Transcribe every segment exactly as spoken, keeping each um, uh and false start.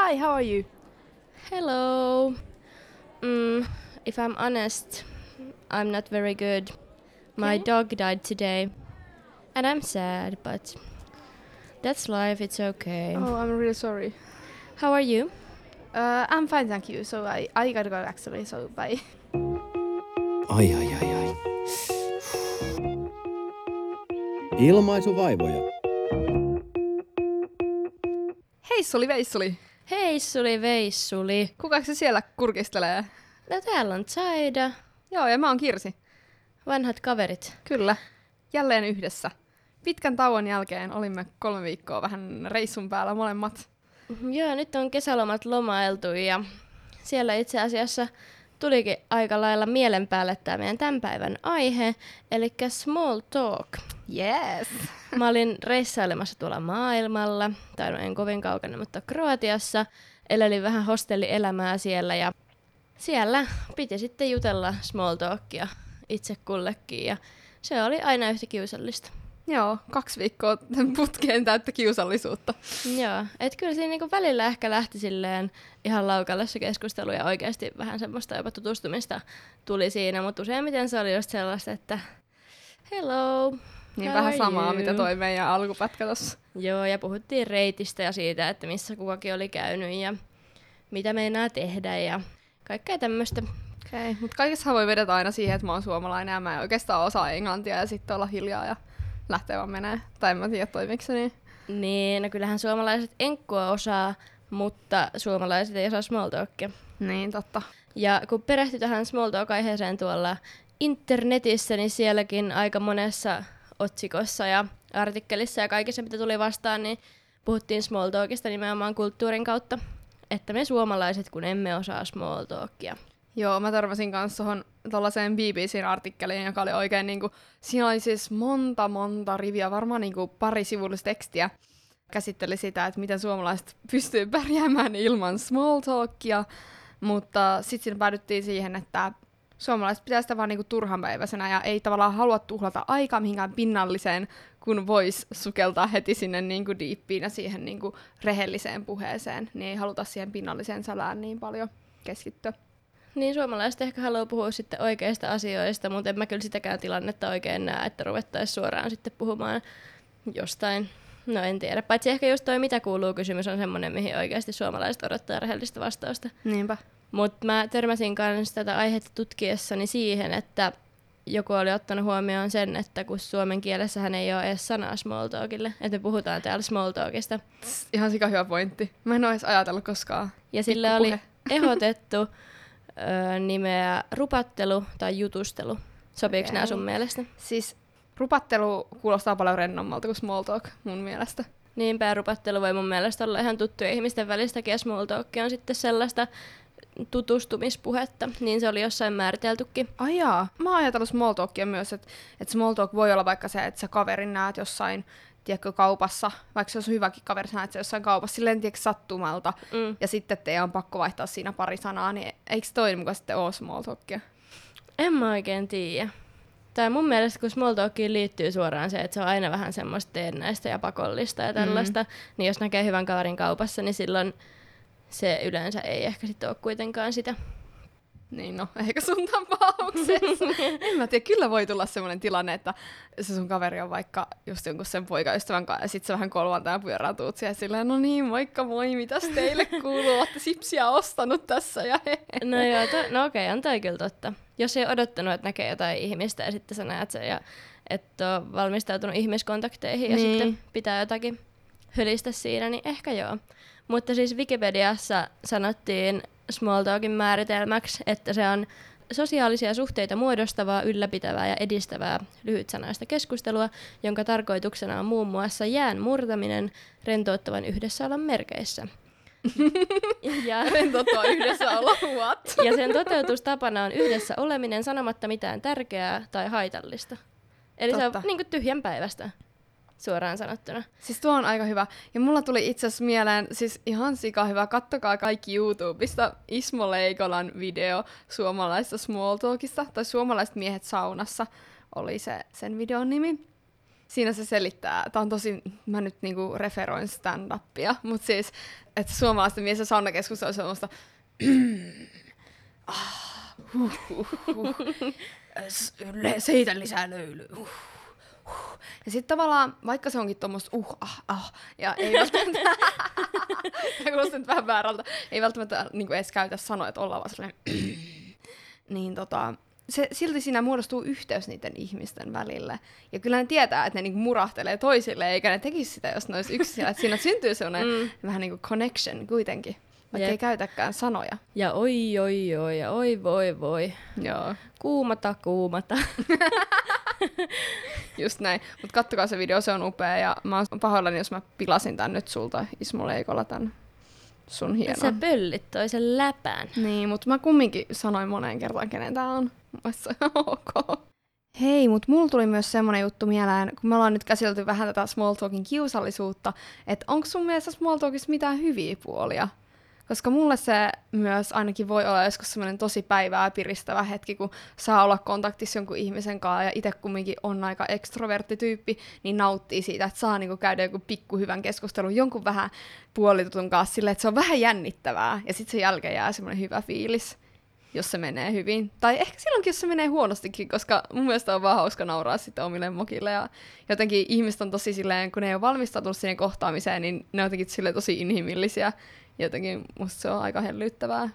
Hi, how are you? Hello. Mm, if I'm honest, I'm not very good. My Okay. dog died today. And I'm sad, but that's life, it's okay. Oh, I'm really sorry. How are you? Uh, I'm fine, thank you. So I, I gotta go actually, so bye. Ai ai ai ai. Ilmaisuvaivoja. Hei Suli Veissuli! Hei Suli Veissuli. Kuka se siellä kurkistelee? No täällä on Zaida. Joo, ja mä oon Kirsi. Vanhat kaverit. Kyllä. Jälleen yhdessä. Pitkän tauon jälkeen olimme kolme viikkoa vähän reissun päällä molemmat. Joo, nyt on kesälomat lomailtu ja siellä itse asiassa tulikin aika lailla mielen päälle tämä meidän tämän päivän aihe, eli small talk. Yes! Mä olin reissailemassa tuolla maailmalla, tai no en kovin kaukana, mutta Kroatiassa. Elelin vähän hostellielämää siellä ja siellä piti sitten jutella small talkia itse kullekin ja se oli aina yhtä kiusallista. Joo, kaksi viikkoa putkeen täyttä kiusallisuutta. Joo, et kyllä siinä niinku välillä ehkä lähti silleen ihan laukalle se keskustelu ja oikeasti vähän semmoista jopa tutustumista tuli siinä, mutta useimmiten se oli just sellaista, että hello, Niin how vähän are samaa, you? mitä toi meidän alkupätkä tossa. Joo, ja puhuttiin reitistä ja siitä, että missä kukakin oli käynyt ja mitä meinaa tehdä ja kaikkea tämmöistä. Okei, okay. Mutta kaikessa voi vedetä aina siihen, että mä oon suomalainen ja mä en oikeastaan osaa englantia ja sitten olla hiljaa ja lähtee vaan menee. Tai en mä tiedä, toimiko se niin. Niin, no kyllähän suomalaiset enkkua osaa, mutta suomalaiset ei osaa small talkia. Niin, totta. Ja kun perehtyi tähän small talk-aiheeseen tuolla internetissä, niin sielläkin aika monessa otsikossa ja artikkelissa ja kaikissa, mitä tuli vastaan, niin puhuttiin small talkista nimenomaan kulttuurin kautta. Että me suomalaiset, kun emme osaa small talkia. Joo, mä törmäsin kanssa tuohon tuollaiseen B B C:n artikkeliin, joka oli oikein niinku, siinä oli siis monta monta riviä, varmaan niinku pari sivullista tekstiä. Käsitteli sitä, että miten suomalaiset pystyy pärjäämään ilman small talkia, mutta sitten siinä päädyttiin siihen, että suomalaiset pitää sitä vaan niinku turhanpäiväisenä ja ei tavallaan halua tuhlata aikaa mihinkään pinnalliseen, kun vois sukeltaa heti sinne niinku diippiin ja siihen niinku rehelliseen puheeseen, niin ei haluta siihen pinnalliseen sälään niin paljon keskittyä. Niin suomalaiset ehkä haluaa puhua sitten oikeista asioista, mutta en mä kyllä sitäkään tilannetta oikein näe, että ruvettaisiin suoraan sitten puhumaan jostain. No en tiedä, paitsi ehkä just toi mitä kuuluu kysymys on semmoinen, mihin oikeasti suomalaiset odottaa rehellistä vastausta. Niinpä. Mutta mä törmäsin kanssa tätä aihetta tutkiessani siihen, että joku oli ottanut huomioon sen, että kun suomen kielessähän ei ole edes sanaa small talkille, että me puhutaan täällä small talkista. Ihan sika hyvä pointti. Mä en ole edes ajatellut koskaan. Ja sillä oli Pikkupuhe. ehdotettu öö, nimeä rupattelu tai jutustelu. Sopiiko nämä sun mielestä? Siis rupattelu kuulostaa paljon rennommalta kuin small talk mun mielestä. Niinpä rupattelu voi mun mielestä olla ihan tuttuja ihmisten välistäkin ja small talk on sitten sellaista tutustumispuhetta, niin se oli jossain määriteltykin. Ajaa. Mä oon ajatellut small talkia myös, että et small talk voi olla vaikka se, että sä kaverin näet jossain, tiedätkö, kaupassa, vaikka se olisi hyväkin kaveri, sä näet se jossain kaupassa, silleen tiedätkö, sattumalta, mm. ja sitten teidän on pakko vaihtaa siinä pari sanaa, niin eikö toi mukaan sitten ole small talkia? En mä oikein tiedä. Tai mun mielestä, kun small talkiin liittyy suoraan se, että se on aina vähän semmoista teennäistä ja pakollista ja tällaista, mm. niin jos näkee hyvän kaverin kaupassa, niin silloin se yleensä ei ehkä sitten ole kuitenkaan sitä. Niin no, ehkä sun tapauksessa. En mä tiedä, kyllä voi tulla semmoinen tilanne, että se sun kaveri on vaikka just jonkun sen poikaystävän kanssa, ja sit sä vähän kolmantaan pyörään tuut siihen silleen, no niin, moikka moi, mitäs teille kuuluu, ootte sipsiä ostanut tässä, ja he. No joo, to, no okei, on toi kyllä totta. Jos ei odottanut, että näkee jotain ihmistä, ja sitten sä näet sen, ja et ole valmistautunut ihmiskontakteihin, ja niin. sitten pitää jotakin hölistä siinä, niin ehkä joo. Mutta siis Wikipediassa sanottiin small talkin määritelmäksi, että se on sosiaalisia suhteita muodostavaa, ylläpitävää ja edistävää lyhytsanaista keskustelua, jonka tarkoituksena on muun muassa jään murtaminen rentouttavan yhdessäolon merkeissä. ja rentouttava yhdessäolo, what? Ja sen toteutustapana on yhdessä oleminen sanomatta mitään tärkeää tai haitallista. Eli Totta. se on niin kuin tyhjän päivästä. Suoraan sanottuna. Siis tuo on aika hyvä. Ja mulla tuli itse asiassa mieleen, siis ihan sika hyvä, kattokaa kaikki YouTubesta Ismo Leikolan video suomalaista small talkista, tai suomalaiset miehet saunassa oli se sen videon nimi. siinä se selittää, tää on tosi, mä nyt niinku referoin stand-upia, mutta siis, että suomalaisten mies- ja saunakeskustelu on semmoista, ah, huh, huh, huh. Seitä lisää löylyä. Uh, uh. Ja sitten tavallaan, vaikka se onkin tuommoista uh, ah, ah, ja ei välttämättä, tämä kuulostaa nyt vähän väärältä, ei välttämättä niin edes käytä sanoja, että ollaan vaan sellainen, niin tota, se, silti siinä muodostuu yhteys niiden ihmisten välille. Ja kyllä ne tietää, että ne niinku murahtelee toisille, eikä ne tekisi sitä, jos ne olisi yksin. Että siinä syntyy sellainen mm. vähän niin kuin connection kuitenkin, vaikka yep. ei käytäkään sanoja. Ja oi, oi, oi, ja oi, voi, voi. Joo. Kuumata, kuumata. Just näin. Mutta kattokaa se video, se on upea. Ja mä oon pahoillani, jos mä pilasin tän nyt sulta, Ismo Leikola, tän sun hienon. Sä pöllit toisen läpän. Niin, mutta mä kumminkin sanoin moneen kertaan, kenen tää on. Mun se on ok. Hei, mutta mulla tuli myös semmonen juttu mieleen, kun me ollaan nyt käsitelty vähän tätä small talkin kiusallisuutta, että onko sun mielestä small talkissa mitään hyviä puolia? Koska mulle se myös ainakin voi olla joskus semmoinen tosi päivää piristävä hetki, kun saa olla kontaktissa jonkun ihmisen kanssa, ja itse kumminkin on aika ekstroverttityyppi, niin nauttii siitä, että saa niinku käydä joku pikkuhyvän keskustelun jonkun vähän puolitutun kanssa silleen, että se on vähän jännittävää, ja sitten sen jälkeen jää semmoinen hyvä fiilis, jos se menee hyvin. Tai ehkä silloinkin, jos se menee huonostikin, koska mun mielestä on vaan hauska nauraa sitten omille mokille, ja jotenkin ihmiset on tosi silleen, kun ne ei ole valmistautunut siihen kohtaamiseen, niin ne on jotenkin silleen tosi inhimillisiä. Jotenkin musta se on aika hellyttävää.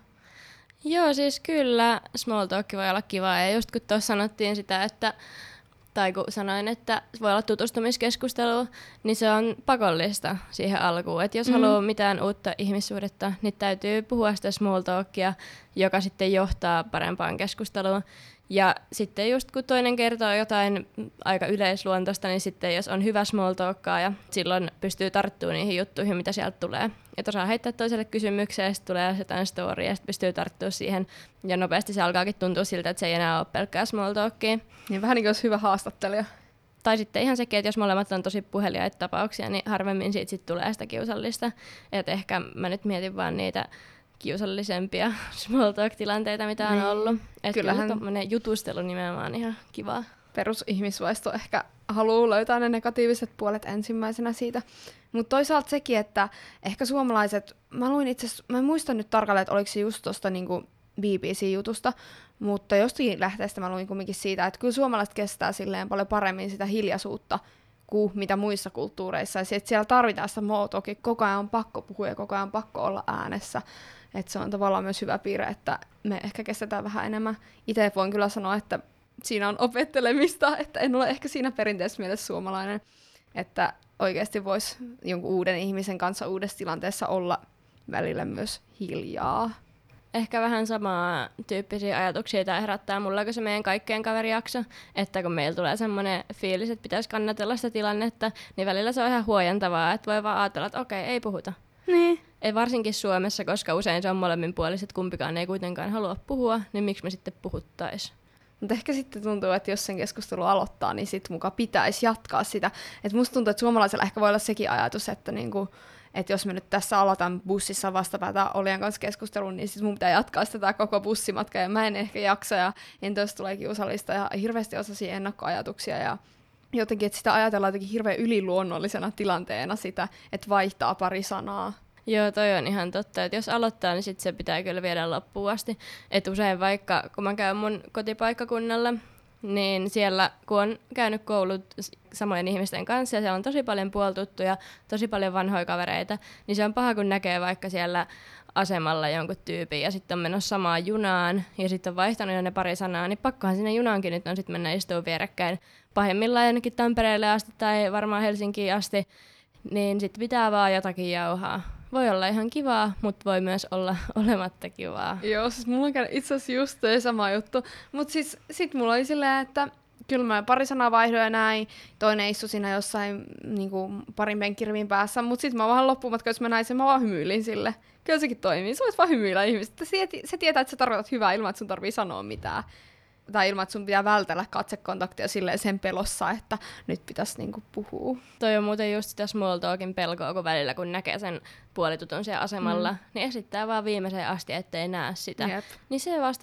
Joo, siis kyllä small talk voi olla kivaa. Ja just kun tuossa sanottiin sitä, että, tai kun sanoin, että voi olla tutustumiskeskustelu, niin se on pakollista siihen alkuun. Että jos mm. haluaa mitään uutta ihmissuhdetta, niin täytyy puhua sitä small talkia, joka sitten johtaa parempaan keskusteluun. Ja sitten just kun toinen kertoo jotain aika yleisluontoista, niin sitten jos on hyvä small talkkaa ja silloin pystyy tarttumaan niihin juttuihin, mitä sieltä tulee. Että osaa heittää toiselle kysymyksiä ja sitten tulee jotain storya ja sitten pystyy tarttumaan siihen. Ja nopeasti se alkaakin tuntua siltä, että se ei enää ole pelkkää small talkia. Niin vähän niin kuin olisi hyvä haastattelija. Tai sitten ihan sekin, että jos molemmat on tosi puheliaita tapauksia, niin harvemmin siitä sit tulee sitä kiusallista. Että ehkä mä nyt mietin vaan niitä kiusallisempia small talk-tilanteita, mitä on ollut. Että kyllä tommonen jutustelu nimenomaan ihan kivaa. Perusihmisvaisto ehkä haluaa löytää ne negatiiviset puolet ensimmäisenä siitä. Mutta toisaalta sekin, että ehkä suomalaiset, mä luin itse asiassa, mä en muista nyt tarkalleen, että oliko se just tuosta niinku B B C-jutusta, mutta jostakin lähteestä mä luin kumminkin siitä, että kyllä suomalaiset kestää silleen paljon paremmin sitä hiljaisuutta kuin mitä muissa kulttuureissa. Ja että siellä tarvitaan sitä small talkia, koko ajan on pakko puhua ja koko ajan on pakko olla äänessä. Että se on tavallaan myös hyvä piirre, että me ehkä kestetään vähän enemmän. Itse voin kyllä sanoa, että siinä on opettelemista, että en ole ehkä siinä perinteisessä mielessä suomalainen, että oikeasti voisi jonkun uuden ihmisen kanssa uudessa tilanteessa olla välillä myös hiljaa. Ehkä vähän samaa tyyppisiä ajatuksia tämä herättää mulla, kun se meidän kaikkien kaverijakso, että kun meillä tulee semmoinen fiilis, että pitäisi kannatella sitä tilannetta, niin välillä se on ihan huojentavaa, että voi vaan ajatella, että okei, ei puhuta. Niin. Ei varsinkin Suomessa, koska usein se on molemminpuoliset, kumpikaan ei kuitenkaan halua puhua, niin miksi me sitten puhuttaisiin? Mutta ehkä sitten tuntuu, että jos sen keskustelu aloittaa, niin sitten muka pitäisi jatkaa sitä. Et musta tuntuu, että suomalaisella ehkä voi olla sekin ajatus, että niinku, et jos mä nyt tässä aloitan bussissa vastapäätä Olian kanssa keskustelun, niin sitten mun pitää jatkaa sitä tää koko bussimatka, ja mä en ehkä jaksa, ja entä jos tulee kiusallista, ja hirveästi osaisia ennakkoajatuksia, ja jotenkin, että sitä ajatellaan jotenkin hirveän yliluonnollisena tilanteena sitä, että vaihtaa pari sanaa. Joo, toi on ihan totta, että jos aloittaa, niin sit se pitää kyllä viedä loppuun asti. Et usein vaikka, kun mä käyn mun kotipaikkakunnalla, niin siellä, kun on käynyt koulut samojen ihmisten kanssa, ja siellä on tosi paljon puoltuttuja, tosi paljon vanhoja kavereita, niin se on paha, kun näkee vaikka siellä asemalla jonkun tyypin, ja sitten on menossa samaan junaan, ja sitten on vaihtanut jo ne pari sanaa, niin pakkohan sinne junaankin nyt on sitten mennä istumaan vierekkäin. Pahimmillaan jonnekin Tampereelle asti, tai varmaan Helsinkiin asti, niin sitten pitää vaan jotakin jauhaa. Voi olla ihan kivaa, mutta voi myös olla olematta kivaa. Joo, siis mulla on itse asiassa just toi sama juttu. Mutta siis sit mulla oli silleen, että kyllä mä pari sanaa vaihdoin ja näin. Toinen istui siinä jossain niinku, parin penkkirivin päässä. Mutta sit mä vaan loppumatka, jos mä näin sen, mä vaan hymyilin sille. Kyllä sekin toimii. Se voisi vaan hymyillä ihmistä. Se, se tietää, että sä tarkoitat hyvää ilman, että sun tarvii sanoa mitään. Tai ilman, että sun pitää vältellä katsekontaktia silleen sen pelossa, että nyt pitäisi niinku puhua. Toi on muuten just sitä small talkin pelkoa, kun välillä kun näkee sen puolitutun siellä asemalla, mm. niin esittää vaan viimeiseen asti, ettei näe sitä. Jep. Niin se vasta onkin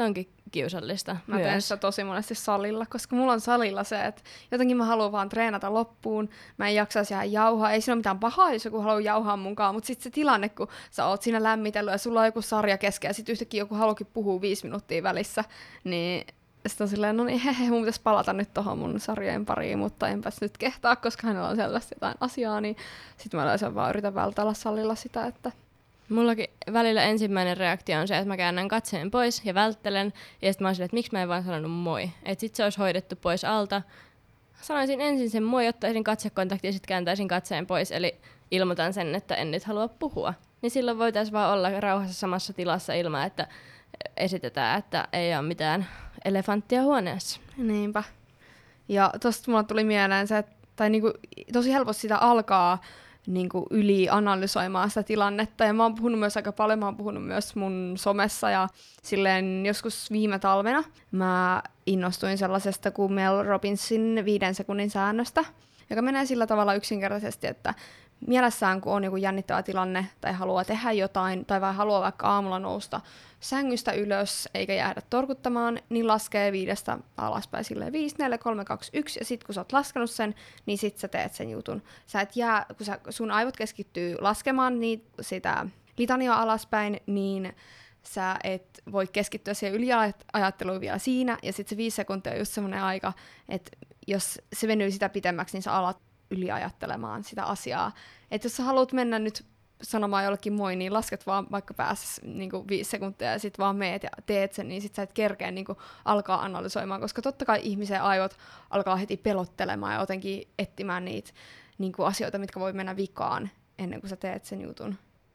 kiusallista Mä teen myös. sitä tosi monesti salilla, koska mulla on salilla se, että jotenkin mä haluan vaan treenata loppuun, mä en jaksaisi jäädä jauhaa, ei siinä ole mitään pahaa, jos joku haluaa jauhaa mukaan, mutta sitten se tilanne, kun sä oot siinä lämmitellyt ja sulla on joku sarja kesken ja sitten yhtäkkiä joku haluakin puhua viisi minuuttia välissä, niin sitten on silleen, no niin hehe, mun pitäisi palata nyt tohon mun sarjojen pariin, mutta enpäs nyt kehtaa, koska hänellä on sellaista jotain asiaa, niin sitten mä yleensä vaan yritän vältellä salilla sitä, että Mullakin välillä ensimmäinen reaktio on se, että mä käännän katseen pois ja välttelen, ja sitten mä oon silleen, että miksi mä en vaan sanonut moi. Että sit se olisi hoidettu pois alta. Sanoisin ensin sen moi, ottaisin katsekontaktin ja sitten kääntäisin katseen pois, eli ilmoitan sen, että en nyt halua puhua. Niin silloin voitaisiin vaan olla rauhassa samassa tilassa ilman, että esitetään, että ei ole mitään elefanttia huoneessa. niinpä. Ja tosta mulla tuli mieleen se, että tai niinku, tosi helposti sitä alkaa niinku ylianalysoimaan sitä tilannetta. Ja mä oon puhunut myös aika paljon, mä oon puhunut myös mun somessa ja silleen joskus viime talvena mä innostuin sellaisesta kuin Mel Robbinsin viiden sekunnin säännöstä, joka menee sillä tavalla yksinkertaisesti, että mielessään kun on joku jännittävä tilanne tai haluaa tehdä jotain tai vai haluaa vaikka aamulla nousta sängystä ylös eikä jäädä torkuttamaan, niin laskee viidestä alaspäin silleen viisi, neljä, kolme, kaksi, yksi ja sit kun sä oot laskenut sen, niin sit sä teet sen jutun. Sä et jää, kun sä, sun aivot keskittyy laskemaan niin sitä litania alaspäin, niin sä et voi keskittyä siihen yliajatteluun vielä siinä, ja sit se viisi sekuntia on just semmoinen aika, että jos se venyy sitä pitemmäksi, niin sä alat yliajattelemaan sitä asiaa. Että jos sä haluat mennä nyt sanomaan jollekin moi, niin lasket vaan vaikka päässä niin viisi sekuntia ja sit vaan meet ja teet sen, niin sit sä et kerkeä niin alkaa analysoimaan, koska totta kai ihmisen aivot alkaa heti pelottelemaan ja jotenkin etsimään niitä niin asioita, mitkä voi mennä vikaan ennen kuin sä teet sen jutun.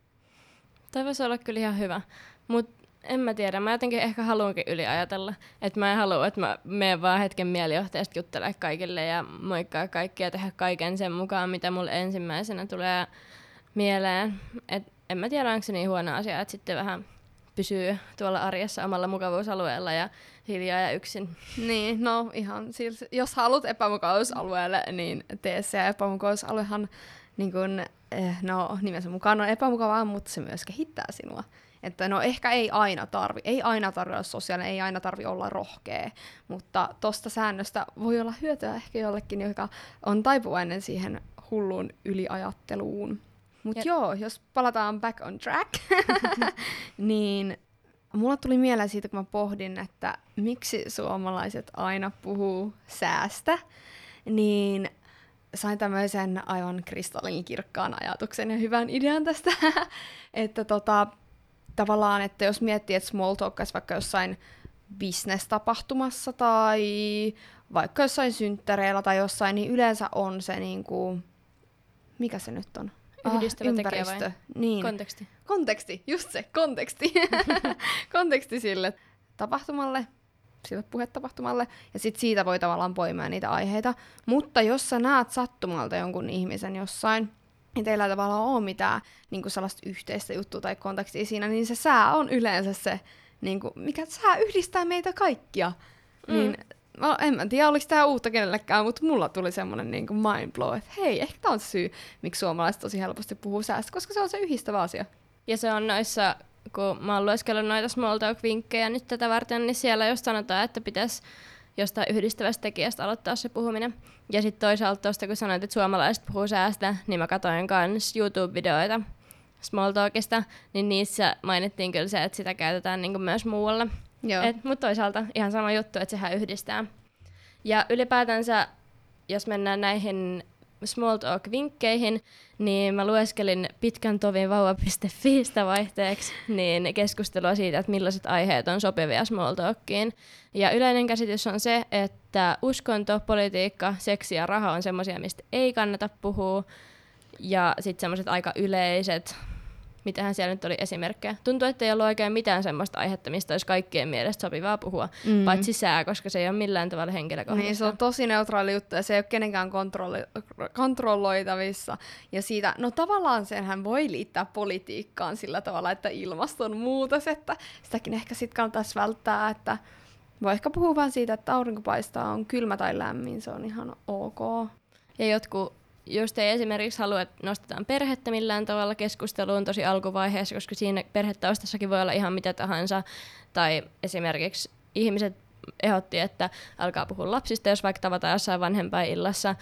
Toi voisi olla kyllä ihan hyvä, mutta en mä tiedä, mä jotenkin ehkä haluankin yliajatella. Että mä en halua, että mä menen vaan hetken mielijohteesta juttelemaan kaikille ja moikkaa kaikkia ja tehdä kaiken sen mukaan, mitä mulle ensimmäisenä tulee mieleen. Et en mä tiedä, onko se niin huono asia, että sitten vähän pysyy tuolla arjessa omalla mukavuusalueella ja hiljaa ja yksin. Niin, no ihan siis, jos haluat epämukavuusalueelle, niin tee se. Ja epämukavuusaluehan niin kun, eh, no, nimensä mukaan on epämukavaa, mutta se myös kehittää sinua. Että no ehkä ei aina tarvi, ei aina tarvi olla sosiaalinen, ei aina tarvi olla rohkea, mutta tosta säännöstä voi olla hyötyä ehkä jollekin, joka on taipuvainen siihen hulluun yliajatteluun. Mutta joo, jos palataan back on track, niin mulla tuli mieleen siitä, kun mä pohdin, että miksi suomalaiset aina puhuu säästä, niin sain tämmöisen aivan kristallinkirkkaan ajatuksen ja hyvän idean tästä, että tota, tavallaan, että jos miettii, että small talk vaikka jossain business-tapahtumassa tai vaikka jossain synttäreillä tai jossain, niin yleensä on se niinku, mikä se nyt on? Yhdistävä ah, tekijä vai? Niin. Konteksti. Konteksti, just se, konteksti. konteksti sille tapahtumalle, sille puhetapahtumalle, ja sitten siitä voi tavallaan poimia niitä aiheita. Mutta jos sä näet sattumalta jonkun ihmisen jossain, niin teillä ei tavallaan ole mitään niin kuin sellaista yhteistä juttua tai kontekstia siinä, niin se sää on yleensä se, niin kuin, mikä sää yhdistää meitä kaikkia. Mm. Niin, no, en mä tiedä, oliko tämä uutta kenellekään, mutta mulla tuli semmoinen niin kuin mind blow, että hei, ehkä tämä on se syy, miksi suomalaiset tosi helposti puhuu säästä, koska se on se yhdistävä asia. Ja se on noissa, kun mä oon lueskellut noita small talk-vinkkejä nyt tätä varten, niin siellä just sanotaan, että pitäisi jostain yhdistävästä tekijästä aloittaa se puhuminen. Ja sitten toisaalta tuosta, kun sanoit, että suomalaiset puhuu säästä, niin mä katsoin myös YouTube-videoita small talkista, niin niissä mainittiin kyllä se, että sitä käytetään niin kuin myös muualla. Mutta toisaalta ihan sama juttu, että sehän yhdistää. Ja ylipäätänsä, jos mennään näihin small talk-vinkkeihin, niin mä lueskelin pitkän tovin vauva piste fiistä vaihteeksi niin keskustelua siitä, että millaiset aiheet on sopivia small talkiin. Ja yleinen käsitys on se, että uskonto, politiikka, seksi ja raha on semmoisia, mistä ei kannata puhua. Ja sitten semmoiset aika yleiset, mitähän siellä nyt oli esimerkkejä. Tuntuu, että ei ollut oikein mitään semmoista aihetta, mistä olisi kaikkien mielestä sopivaa puhua, mm. paitsi sää, koska se ei ole millään tavalla henkilökohtaista. Niin, se on tosi neutraali juttu ja se ei ole kenenkään kontrolli- kontrolloitavissa. Ja siitä, no tavallaan senhän voi liittää politiikkaan sillä tavalla, että ilmastonmuutos, että sitäkin ehkä sitten kannattaisi välttää, että voi ehkä puhua vaan siitä, että aurinko paistaa, on kylmä tai lämmin, se on ihan ok. Ja jotkut just ei esimerkiksi halua, että nostetaan perhettä millään tavalla keskusteluun tosi alkuvaiheessa, koska siinä perhetaustassakin voi olla ihan mitä tahansa. Tai esimerkiksi ihmiset ehdotti, että alkaa puhua lapsista, jos vaikka tavataan jossain vanhempainillassa,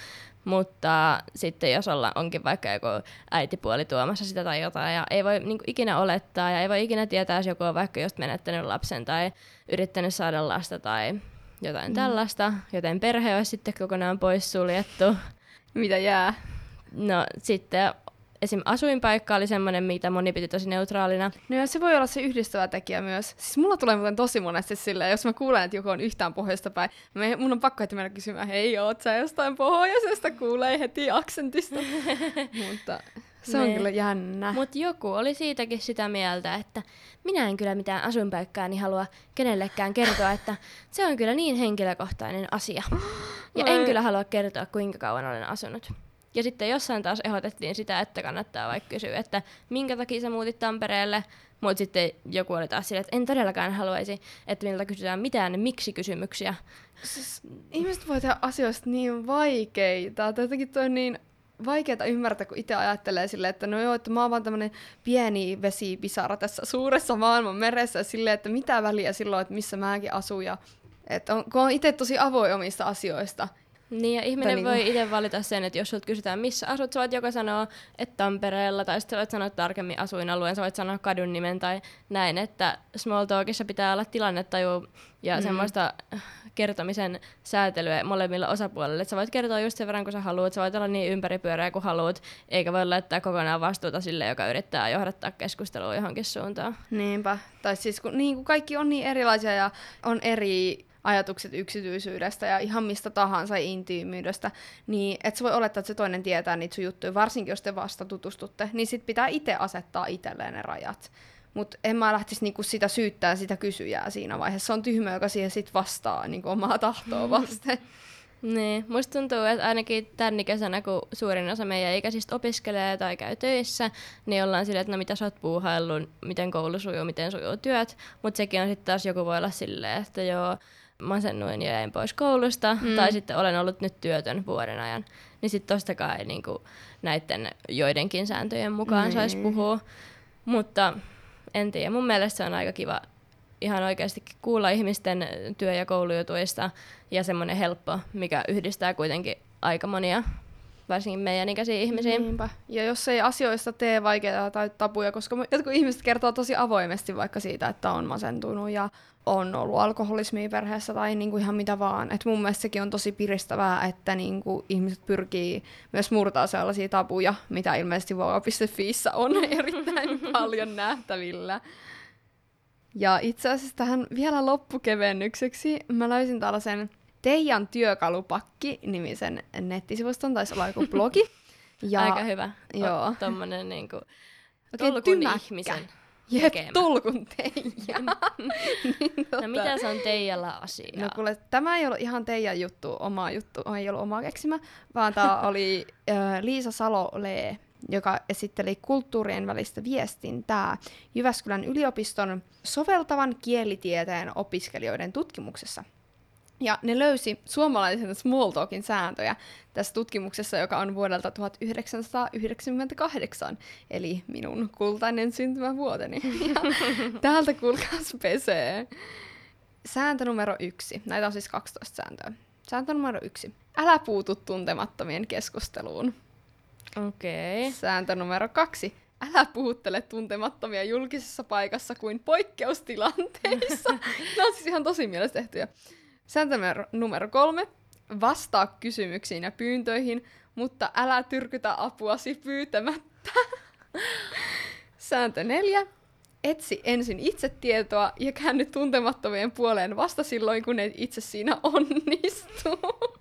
mutta sitten jos olla onkin vaikka joku äitipuoli tuomassa sitä tai jotain, ja ei voi niin kuin ikinä olettaa, ja ei voi ikinä tietää, jos joku on vaikka just menettänyt lapsen tai yrittänyt saada lasta tai jotain mm. tällaista, joten perhe olisi sitten kokonaan poissuljettu. Mitä jää? No sitten esim. Asuinpaikka oli semmoinen, mitä moni piti tosi neutraalina. No ja se voi olla se yhdistävä tekijä myös. Siis mulla tulee muuten tosi monesti silleen, jos mä kuulen, että joku on yhtään pohjoista päin, me, mun on pakko, että mennä kysymään, hei, oot sä jostain pohjoisesta, kuulee heti aksentista. Mutta se on ne. Kyllä jännä. Mutta joku oli siitäkin sitä mieltä, että minä en kyllä mitään asuinpaikkaani halua kenellekään kertoa, että se on kyllä niin henkilökohtainen asia. Ja en kyllä halua kertoa, kuinka kauan olen asunut. Ja sitten jossain taas ehdotettiin sitä, että kannattaa vaikka kysyä, että minkä takia sä muutit Tampereelle, mutta sitten joku oli taas sillä, että en todellakaan haluaisi, että minulta kysytään mitään miksi-kysymyksiä. Siis, ihmiset voi tehdä asioista niin vaikeita, tai jotenkin toi on niin vaikeaa ymmärtää, kun itse ajattelee silleen, että no joo, että mä oon vaan tämmönen pieni vesipisara tässä suuressa maailman meressä, ja silleen, että mitä väliä silloin, että missä mäkin asun, ja että on, kun on itse tosi avoin omista asioista. Niin, ja ihminen niin voi kuin itse valita sen, että jos sulta kysytään, missä asut, sä voit joko sanoa, että Tampereella, tai sitten voit sanoa tarkemmin asuinalueen, sä voit sanoa kadun nimen tai näin, että small talkissa pitää olla tilannetaju ja mm. semmoista kertomisen säätelyä molemmilla osapuolilla. Että sä voit kertoa just sen verran, kun sä haluat, sä voit olla niin ympäripyöreä kuin haluat, eikä voi laittaa kokonaan vastuuta sille, joka yrittää johdattaa keskustelua johonkin suuntaan. Niinpä. Tai siis kun, niin, kun kaikki on niin erilaisia ja on eri ajatukset yksityisyydestä ja ihan mistä tahansa intiimiydestä, niin et sä voi olettaa, että se toinen tietää niitä sun juttuja, varsinkin jos te vasta tutustutte, niin sit pitää itse asettaa itselleen ne rajat. Mutta en mä lähtisi niinku sitä syyttää sitä kysyjää siinä vaiheessa. Se on tyhmä, joka siihen sit vastaa niinku omaa tahtoa vasten. Niin, musta tuntuu, että ainakin tän ikäisenä, kun suurin osa meidän ikäisistä opiskelee tai käy töissä, niin ollaan silleen, että no mitä sä oot puuhaillut, miten koulu sujuu, miten sujuu työt, mutta sekin on sitten taas joku voi olla silleen, että joo, masennuin ja jäin pois koulusta, mm. tai sitten olen ollut nyt työtön vuoden ajan, niin sitten tosta kai niinku näiden joidenkin sääntöjen mukaan mm. saisi puhua, mutta en tiedä, mun mielestä se on aika kiva ihan oikeastikin kuulla ihmisten työ- ja koulujutuista ja semmoinen helppo, mikä yhdistää kuitenkin aika monia, varsinkin meidän ikäisiä ihmisiä. Niinpä. Ja jos ei asioista tee vaikeaa tai tabuja, koska jotkut ihmiset kertoo tosi avoimesti vaikka siitä, että on masentunut ja on ollut alkoholismia perheessä tai niinku ihan mitä vaan. Et mun mielestä sekin on tosi piristävää, että niinku ihmiset pyrkii myös murtaa sellaisia tabuja, mitä ilmeisesti vauva piste fiissä on erittäin paljon nähtävillä. Ja itse asiassa tähän vielä loppukevennykseksi mä löysin tällaisen Teijan työkalupakki-nimisen nettisivuston, taisi olla joku blogi. Ja, aika hyvä. Joo. Tommonen niinku tulkun tymäkkä ihmisen Jep, tulkun Teija. niin, tota... No mitä se on Teijalla asiaa? No kuule, tämä ei ollut ihan Teijan juttu, oma juttu, ei ollut oma keksimä, vaan tämä oli äh, Liisa Salo-Lee, joka esitteli kulttuurien välistä viestintää Jyväskylän yliopiston soveltavan kielitieteen opiskelijoiden tutkimuksessa. Ja ne löysi suomalaisen small talkin sääntöjä tässä tutkimuksessa, joka on vuodelta tuhatyhdeksänsataayhdeksänkymmentäkahdeksan, eli minun kultainen syntymävuoteni. Ja täältä kuulkaas pesee. Sääntö numero yksi. Näitä on siis kaksitoista sääntöä. Sääntö numero yksi. Älä puutu tuntemattomien keskusteluun. Okei. Okay. Sääntö numero kaksi. Älä puhuttele tuntemattomia julkisessa paikassa kuin poikkeustilanteissa. Nämä on siis ihan tosi mielestä tehtyjä. Sääntö numero kolme. Vastaa kysymyksiin ja pyyntöihin, mutta älä tyrkytä apuasi pyytämättä. Sääntö neljä. Etsi ensin itse tietoa ja käänny tuntemattomien puoleen vasta silloin, kun et itse siinä onnistu.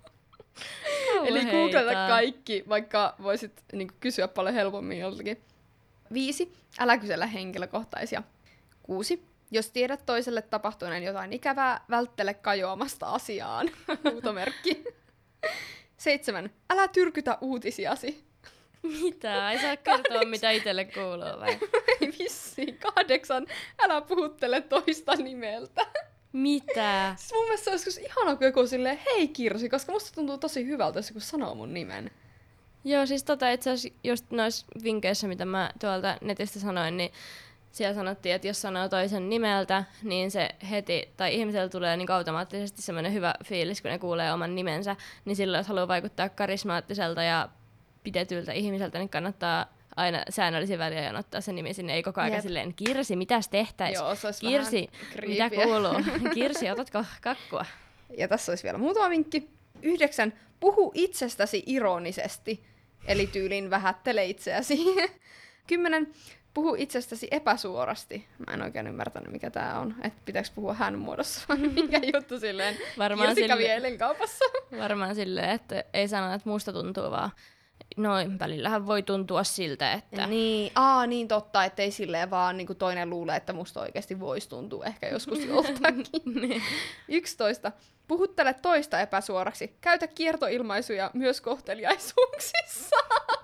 Eli googleta kaikki, vaikka voisit niinku kysyä paljon helpommin joltakin. Viisi. Älä kysellä henkilökohtaisia. Kuusi. Jos tiedät toiselle tapahtuneen jotain ikävää, välttele kajoamasta asiaan. Huutomerkki. Seitsemän. Älä tyrkytä uutisiasi. Mitä? Ei saa kertoa, mitä itselle kuuluu vai? Ei vissiin. Kahdeksan. Älä puhuttele toista nimeltä. Mitä? Siis mun mielestä se olisi ihanaa, kun joku silleen, hei Kirsi, koska musta tuntuu tosi hyvältä, jos joku sanoo mun nimen. Joo, siis tota itse asiassa just noissa vinkkeissä, mitä mä tuolta netistä sanoin, niin siellä sanottiin, että jos sanoo toisen nimeltä, niin se heti, tai ihmisellä tulee niin automaattisesti semmoinen hyvä fiilis, kun ne kuulee oman nimensä, niin silloin jos haluaa vaikuttaa karismaattiselta ja pidetyltä ihmiseltä, niin kannattaa aina säännöllisin väliajoin ottaa se nimi sinne, ei koko ajan Jep. silleen, Kirsi, mitäs tehtäis? Joo, se olisi Kirsi, vähän mitä creepyä. kuuluu? Kirsi, otatko kakkua? Ja tässä olisi vielä muutama vinkki. Yhdeksän. Puhu itsestäsi ironisesti, eli tyylin vähättele itseäsi. Kymmenen. Puhu itsestäsi epäsuorasti. Mä en oikein ymmärtänyt, mikä tää on. Että pitääkö puhua hän muodossa vai mikä juttu silleen. Varmaan Kirsi kävi sille- eilen kaupassa. Varmaan silleen, että ei sano, että musta tuntuu vaan. Noin, välillähän voi tuntua siltä, että... Niin, aa, niin totta, ettei silleen vaan niin toinen luule, että musta oikeasti voisi tuntua ehkä joskus joltakin. yksitoista. Puhuttele toista epäsuoraksi. Käytä kiertoilmaisuja myös kohteliaisuuksissa.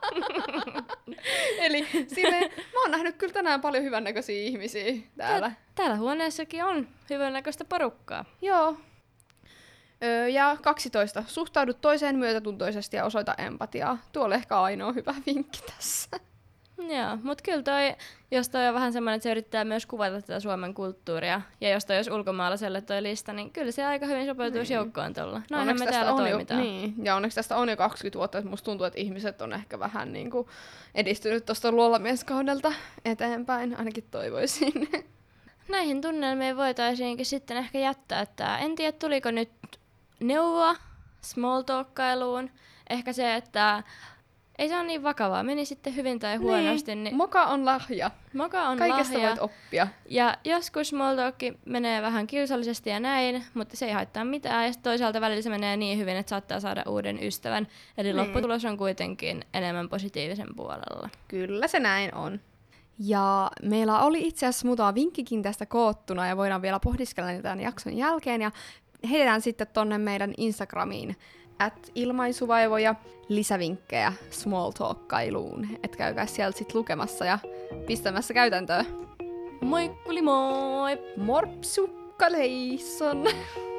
Eli silleen, mä oon nähnyt kyllä tänään paljon hyvännäköisiä ihmisiä täällä. Täällä huoneessakin on hyvännäköistä porukkaa. Joo. Öö, ja kaksitoista. Suhtaudu toiseen myötätuntoisesti ja osoita empatiaa. Tuo oli ehkä ainoa hyvä vinkki tässä. Joo, mutta kyllä toi, jos toi on vähän semmoinen, että se yrittää myös kuvata tätä Suomen kulttuuria, ja jos toi olisi ulkomaalaiselle toi lista, niin kyllä se aika hyvin sopeutuisi Niin. joukkoon tuolla. Noinhan Onneksi me tästä täällä on jo- toimitaan. Niin, ja onneksi tästä on jo kaksikymmentä vuotta, että musta tuntuu, että ihmiset on ehkä vähän niin kuin edistynyt tuosta luolamieskaudelta eteenpäin, ainakin toivoisin. Näihin tunnelmiin voitaisiinkin sitten ehkä jättää tää. En tiedä, tuliko nyt neuvoa small talkkailuun. Ehkä se, että ei se ole niin vakavaa. Meni sitten hyvin tai huonosti, niin, Moka on lahja. moka on Kaikesta lahja. voit oppia. Ja joskus small talk menee vähän kiusallisesti ja näin, mutta se ei haittaa mitään. Ja sitten toisaalta välillä se menee niin hyvin, että saattaa saada uuden ystävän. Eli Niin. lopputulos on kuitenkin enemmän positiivisen puolella. Kyllä se näin on. Ja meillä oli itse asiassa muutama vinkkikin tästä koottuna ja voidaan vielä pohdiskella niitä tämän jakson jälkeen. Ja heitetään sitten tonne meidän Instagramiin at ilmaisuvaivoja lisävinkkejä small talkkailuun. Et käykää sieltä sitten lukemassa ja pistämässä käytäntöön. Moikkuli moi! Morpsukkaleisson!